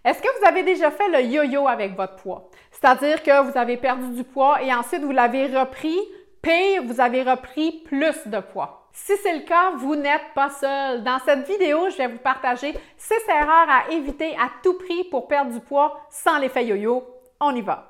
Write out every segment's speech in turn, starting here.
Est-ce que vous avez déjà fait le yo-yo avec votre poids? C'est-à-dire que vous avez perdu du poids et ensuite vous l'avez repris, pire, vous avez repris plus de poids. Si c'est le cas, vous n'êtes pas seul. Dans cette vidéo, je vais vous partager 6 erreurs à éviter à tout prix pour perdre du poids sans l'effet yo-yo. On y va!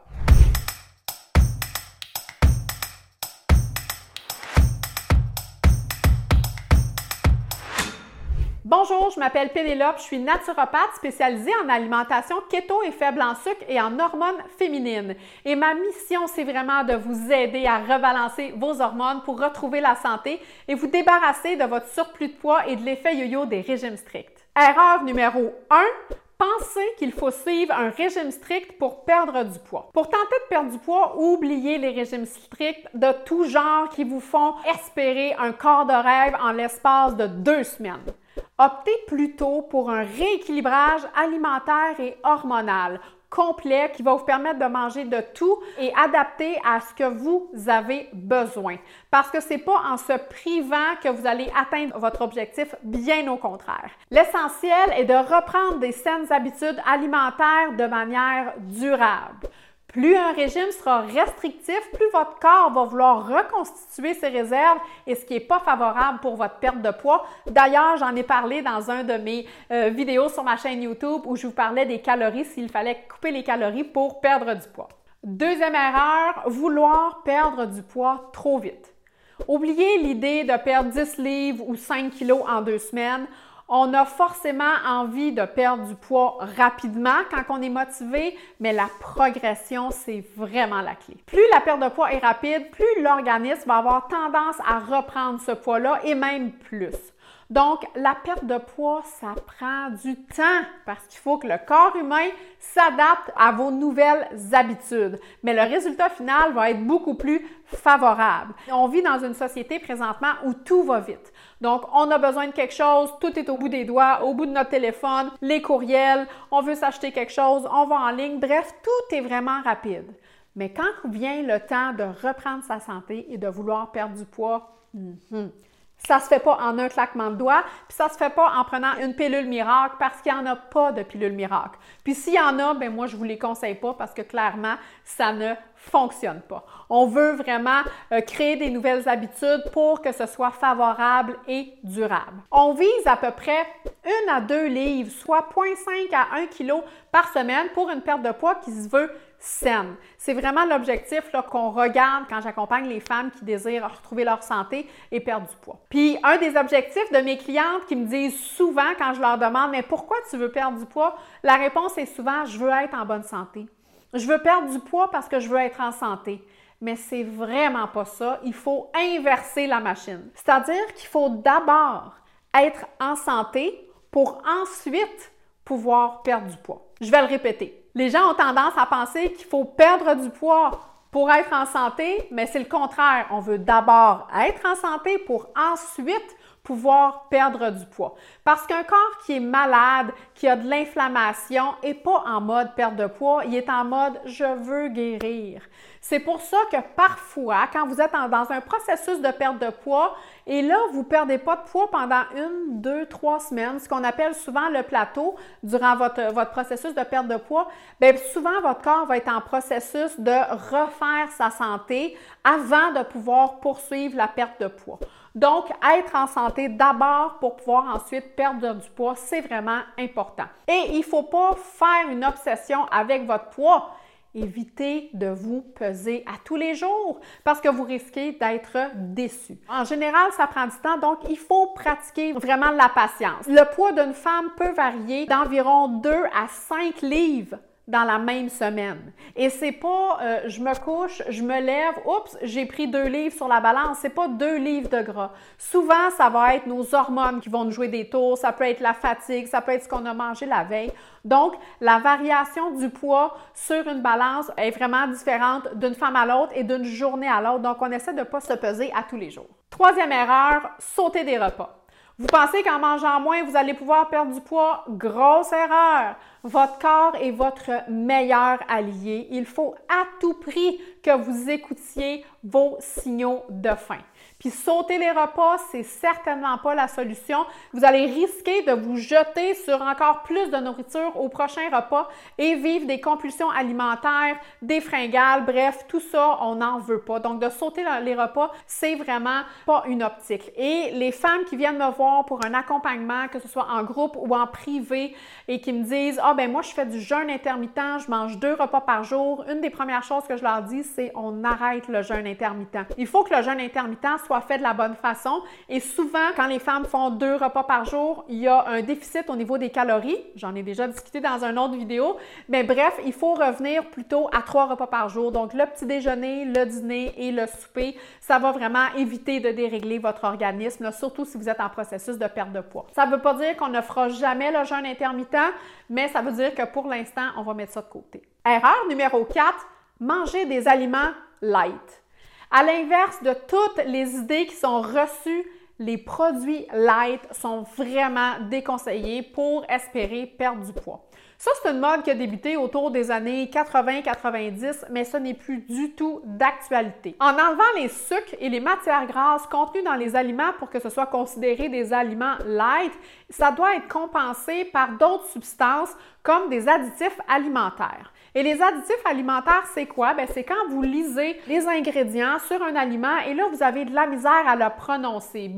Bonjour, je m'appelle Pénélope, je suis naturopathe spécialisée en alimentation keto et faible en sucre et en hormones féminines. Et ma mission, c'est vraiment de vous aider à rebalancer vos hormones pour retrouver la santé et vous débarrasser de votre surplus de poids et de l'effet yo-yo des régimes stricts. Erreur numéro 1. Pensez qu'il faut suivre un régime strict pour perdre du poids. Pour tenter de perdre du poids, oubliez les régimes stricts de tout genre qui vous font espérer un corps de rêve en l'espace de 2 semaines. Optez plutôt pour un rééquilibrage alimentaire et hormonal complet qui va vous permettre de manger de tout et adapté à ce que vous avez besoin. Parce que c'est pas en se privant que vous allez atteindre votre objectif, bien au contraire. L'essentiel est de reprendre des saines habitudes alimentaires de manière durable. Plus un régime sera restrictif, plus votre corps va vouloir reconstituer ses réserves et ce qui n'est pas favorable pour votre perte de poids. D'ailleurs, j'en ai parlé dans un de mes vidéos sur ma chaîne YouTube où je vous parlais des calories, s'il fallait couper les calories pour perdre du poids. Deuxième erreur, vouloir perdre du poids trop vite. Oubliez l'idée de perdre 10 livres ou 5 kilos en 2 semaines. On a forcément envie de perdre du poids rapidement quand on est motivé, mais la progression, c'est vraiment la clé. Plus la perte de poids est rapide, plus l'organisme va avoir tendance à reprendre ce poids-là et même plus. Donc, la perte de poids, ça prend du temps parce qu'il faut que le corps humain s'adapte à vos nouvelles habitudes. Mais le résultat final va être beaucoup plus favorable. On vit dans une société présentement où tout va vite. Donc, on a besoin de quelque chose, tout est au bout des doigts, au bout de notre téléphone, les courriels, on veut s'acheter quelque chose, on va en ligne, bref, tout est vraiment rapide. Mais quand vient le temps de reprendre sa santé et de vouloir perdre du poids, ça se fait pas en un claquement de doigts, puis ça se fait pas en prenant une pilule miracle parce qu'il n'y en a pas de pilule miracle. Puis s'il y en a, ben moi je vous les conseille pas parce que clairement, ça ne fonctionne pas. On veut vraiment créer des nouvelles habitudes pour que ce soit favorable et durable. On vise à peu près 1 à 2 livres, soit 0,5 à 1 kg par semaine pour une perte de poids qui se veut saine. C'est vraiment l'objectif qu'on regarde quand j'accompagne les femmes qui désirent retrouver leur santé et perdre du poids. Puis, un des objectifs de mes clientes qui me disent souvent quand je leur demande « Mais pourquoi tu veux perdre du poids? » La réponse est souvent « Je veux être en bonne santé. Je veux perdre du poids parce que je veux être en santé. » Mais c'est vraiment pas ça. Il faut inverser la machine. C'est-à-dire qu'il faut d'abord être en santé pour ensuite pouvoir perdre du poids. Je vais le répéter. Les gens ont tendance à penser qu'il faut perdre du poids pour être en santé, mais c'est le contraire. On veut d'abord être en santé pour ensuite pouvoir perdre du poids. Parce qu'un corps qui est malade, qui a de l'inflammation, n'est pas en mode perte de poids, il est en mode « je veux guérir ». C'est pour ça que parfois, quand vous êtes dans un processus de perte de poids, et là, vous ne perdez pas de poids pendant 1, 2, 3 semaines, ce qu'on appelle souvent le plateau durant votre processus de perte de poids, bien souvent, votre corps va être en processus de refaire sa santé avant de pouvoir poursuivre la perte de poids. Donc, être en santé d'abord pour pouvoir ensuite perdre du poids, c'est vraiment important. Et il ne faut pas faire une obsession avec votre poids. Évitez de vous peser à tous les jours parce que vous risquez d'être déçu. En général, ça prend du temps, donc il faut pratiquer vraiment la patience. Le poids d'une femme peut varier d'environ 2 à 5 livres dans la même semaine. Et c'est pas je me couche, je me lève, oups, j'ai pris 2 livres sur la balance. C'est pas 2 livres de gras. Souvent, ça va être nos hormones qui vont nous jouer des tours. Ça peut être la fatigue, ça peut être ce qu'on a mangé la veille. Donc, la variation du poids sur une balance est vraiment différente d'une femme à l'autre et d'une journée à l'autre. Donc, on essaie de ne pas se peser à tous les jours. Troisième erreur, sauter des repas. Vous pensez qu'en mangeant moins, vous allez pouvoir perdre du poids? Grosse erreur! Votre corps est votre meilleur allié. Il faut à tout prix que vous écoutiez vos signaux de faim. Puis sauter les repas, c'est certainement pas la solution. Vous allez risquer de vous jeter sur encore plus de nourriture au prochain repas et vivre des compulsions alimentaires, des fringales, bref, tout ça, on n'en veut pas. Donc, de sauter les repas, c'est vraiment pas une optique. Et les femmes qui viennent me voir pour un accompagnement, que ce soit en groupe ou en privé, et qui me disent « Ah, ben moi, je fais du jeûne intermittent, je mange 2 repas par jour », une des premières choses que je leur dis, c'est on arrête le jeûne intermittent. Il faut que le jeûne intermittent soit fait de la bonne façon. Et souvent, quand les femmes font 2 repas par jour, il y a un déficit au niveau des calories. J'en ai déjà discuté dans une autre vidéo. Mais bref, il faut revenir plutôt à 3 repas par jour. Donc, le petit déjeuner, le dîner et le souper, ça va vraiment éviter de dérégler votre organisme, là, surtout si vous êtes en processus de perte de poids. Ça ne veut pas dire qu'on ne fera jamais le jeûne intermittent, mais ça veut dire que pour l'instant, on va mettre ça de côté. Erreur numéro 4, manger des aliments light. À l'inverse de toutes les idées qui sont reçues, les produits light sont vraiment déconseillés pour espérer perdre du poids. Ça, c'est une mode qui a débuté autour des années 80-90, mais ce n'est plus du tout d'actualité. En enlevant les sucres et les matières grasses contenues dans les aliments pour que ce soit considéré des aliments light, ça doit être compensé par d'autres substances comme des additifs alimentaires. Et les additifs alimentaires, c'est quoi? Bien, c'est quand vous lisez les ingrédients sur un aliment et là, vous avez de la misère à le prononcer.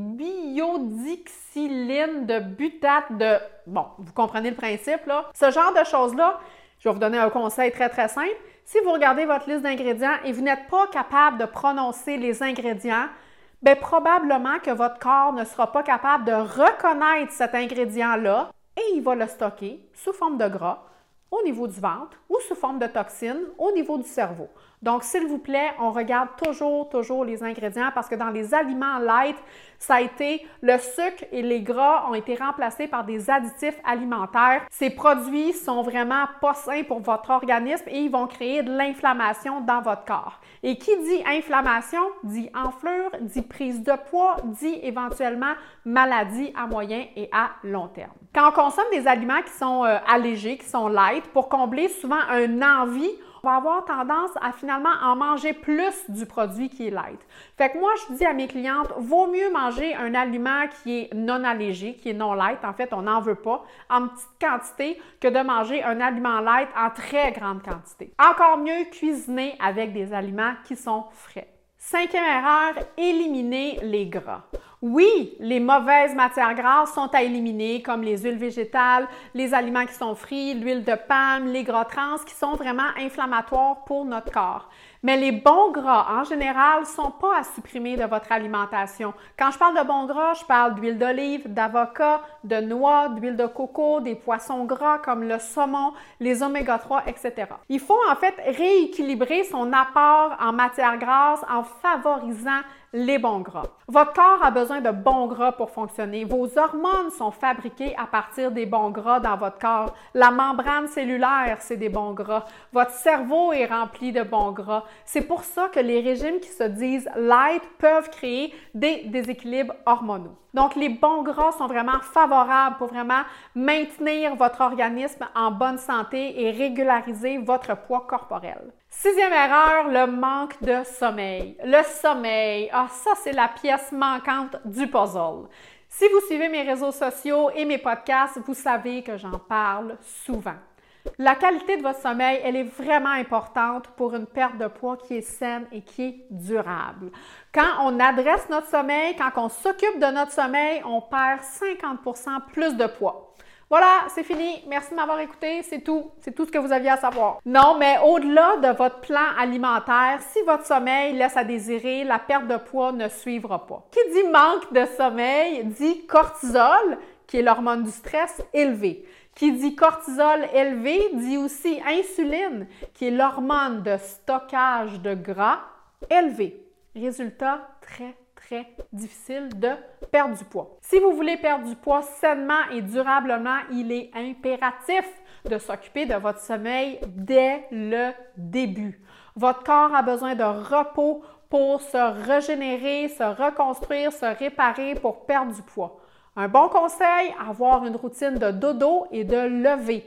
Biodixyline de butate de... Bon, vous comprenez le principe, là. Ce genre de choses-là, je vais vous donner un conseil très, très simple. Si vous regardez votre liste d'ingrédients et vous n'êtes pas capable de prononcer les ingrédients, bien, probablement que votre corps ne sera pas capable de reconnaître cet ingrédient-là et il va le stocker sous forme de gras au niveau du ventre ou sous forme de toxines au niveau du cerveau. Donc, s'il vous plaît, on regarde toujours les ingrédients parce que dans les aliments light, ça a été le sucre et les gras ont été remplacés par des additifs alimentaires. Ces produits sont vraiment pas sains pour votre organisme et ils vont créer de l'inflammation dans votre corps. Et qui dit inflammation, dit enflure, dit prise de poids, dit éventuellement maladie à moyen et à long terme. Quand on consomme des aliments qui sont allégés, qui sont light, pour combler souvent une envie, on va avoir tendance à finalement en manger plus du produit qui est light. Fait que moi, je dis à mes clientes, vaut mieux manger un aliment qui est non allégé, qui est non light, en fait, on n'en veut pas, en petite quantité, que de manger un aliment light en très grande quantité. Encore mieux, cuisiner avec des aliments qui sont frais. 5e erreur, éliminer les gras. Oui, les mauvaises matières grasses sont à éliminer, comme les huiles végétales, les aliments qui sont frits, l'huile de palme, les gras trans, qui sont vraiment inflammatoires pour notre corps. Mais les bons gras, en général, ne sont pas à supprimer de votre alimentation. Quand je parle de bons gras, je parle d'huile d'olive, d'avocat, de noix, d'huile de coco, des poissons gras comme le saumon, les oméga-3, etc. Il faut en fait rééquilibrer son apport en matières grasses en favorisant les bons gras. Votre corps a besoin de bons gras pour fonctionner. Vos hormones sont fabriquées à partir des bons gras dans votre corps. La membrane cellulaire, c'est des bons gras. Votre cerveau est rempli de bons gras. C'est pour ça que les régimes qui se disent light peuvent créer des déséquilibres hormonaux. Donc, les bons gras sont vraiment favorables pour vraiment maintenir votre organisme en bonne santé et régulariser votre poids corporel. 6e erreur, le manque de sommeil. Le sommeil, ça c'est la pièce manquante du puzzle. Si vous suivez mes réseaux sociaux et mes podcasts, vous savez que j'en parle souvent. La qualité de votre sommeil, elle est vraiment importante pour une perte de poids qui est saine et qui est durable. Quand on adresse notre sommeil, quand on s'occupe de notre sommeil, on perd 50% plus de poids. Voilà, c'est fini. Merci de m'avoir écouté. C'est tout. C'est tout ce que vous aviez à savoir. Non, mais au-delà de votre plan alimentaire, si votre sommeil laisse à désirer, la perte de poids ne suivra pas. Qui dit manque de sommeil dit cortisol, qui est l'hormone du stress, élevé. Qui dit cortisol élevé dit aussi insuline, qui est l'hormone de stockage de gras, élevé. Résultat, très difficile de perdre du poids. Si vous voulez perdre du poids sainement et durablement, il est impératif de s'occuper de votre sommeil dès le début. Votre corps a besoin de repos pour se régénérer, se reconstruire, se réparer pour perdre du poids. Un bon conseil, avoir une routine de dodo et de lever.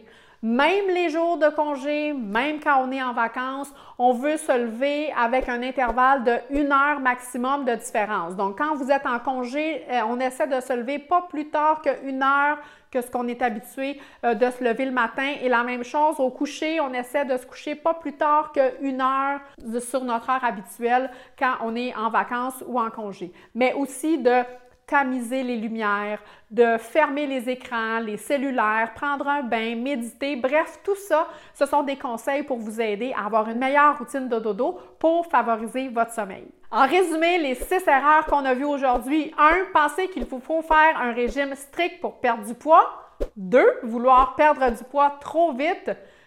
Même les jours de congé, même quand on est en vacances, on veut se lever avec un intervalle de 1 heure maximum de différence. Donc, quand vous êtes en congé, on essaie de se lever pas plus tard qu'1 heure que ce qu'on est habitué de se lever le matin. Et la même chose, au coucher, on essaie de se coucher pas plus tard qu'1 heure sur notre heure habituelle quand on est en vacances ou en congé. Mais aussi de tamiser les lumières, de fermer les écrans, les cellulaires, prendre un bain, méditer. Bref, tout ça, ce sont des conseils pour vous aider à avoir une meilleure routine de dodo pour favoriser votre sommeil. En résumé, les 6 erreurs qu'on a vues aujourd'hui. 1. Penser qu'il vous faut faire un régime strict pour perdre du poids. 2. Vouloir perdre du poids trop vite.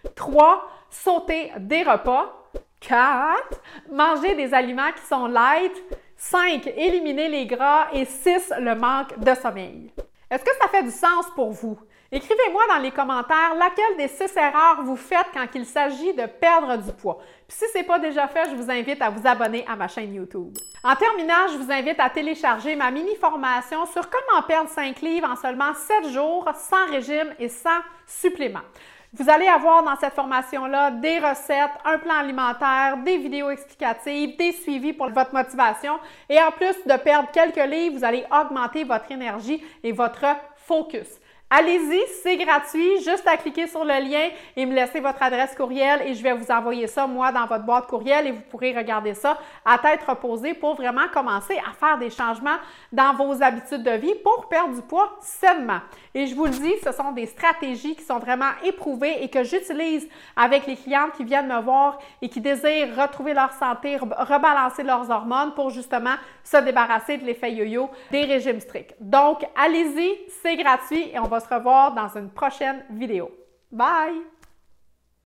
3. Sauter des repas. 4. Manger des aliments qui sont light. 5. Éliminer les gras. Et 6. Le manque de sommeil. Est-ce que ça fait du sens pour vous? Écrivez-moi dans les commentaires laquelle des 6 erreurs vous faites quand il s'agit de perdre du poids. Puis si ce n'est pas déjà fait, je vous invite à vous abonner à ma chaîne YouTube. En terminant, je vous invite à télécharger ma mini-formation sur comment perdre 5 livres en seulement 7 jours, sans régime et sans supplément. Vous allez avoir dans cette formation-là des recettes, un plan alimentaire, des vidéos explicatives, des suivis pour votre motivation et en plus de perdre quelques livres, vous allez augmenter votre énergie et votre focus. Allez-y, c'est gratuit, juste à cliquer sur le lien et me laisser votre adresse courriel et je vais vous envoyer ça, moi, dans votre boîte courriel et vous pourrez regarder ça à tête reposée pour vraiment commencer à faire des changements dans vos habitudes de vie pour perdre du poids sainement. Et je vous le dis, ce sont des stratégies qui sont vraiment éprouvées et que j'utilise avec les clientes qui viennent me voir et qui désirent retrouver leur santé, rebalancer leurs hormones pour justement se débarrasser de l'effet yo-yo des régimes stricts. Donc, allez-y, c'est gratuit et on va se revoir dans une prochaine vidéo. Bye!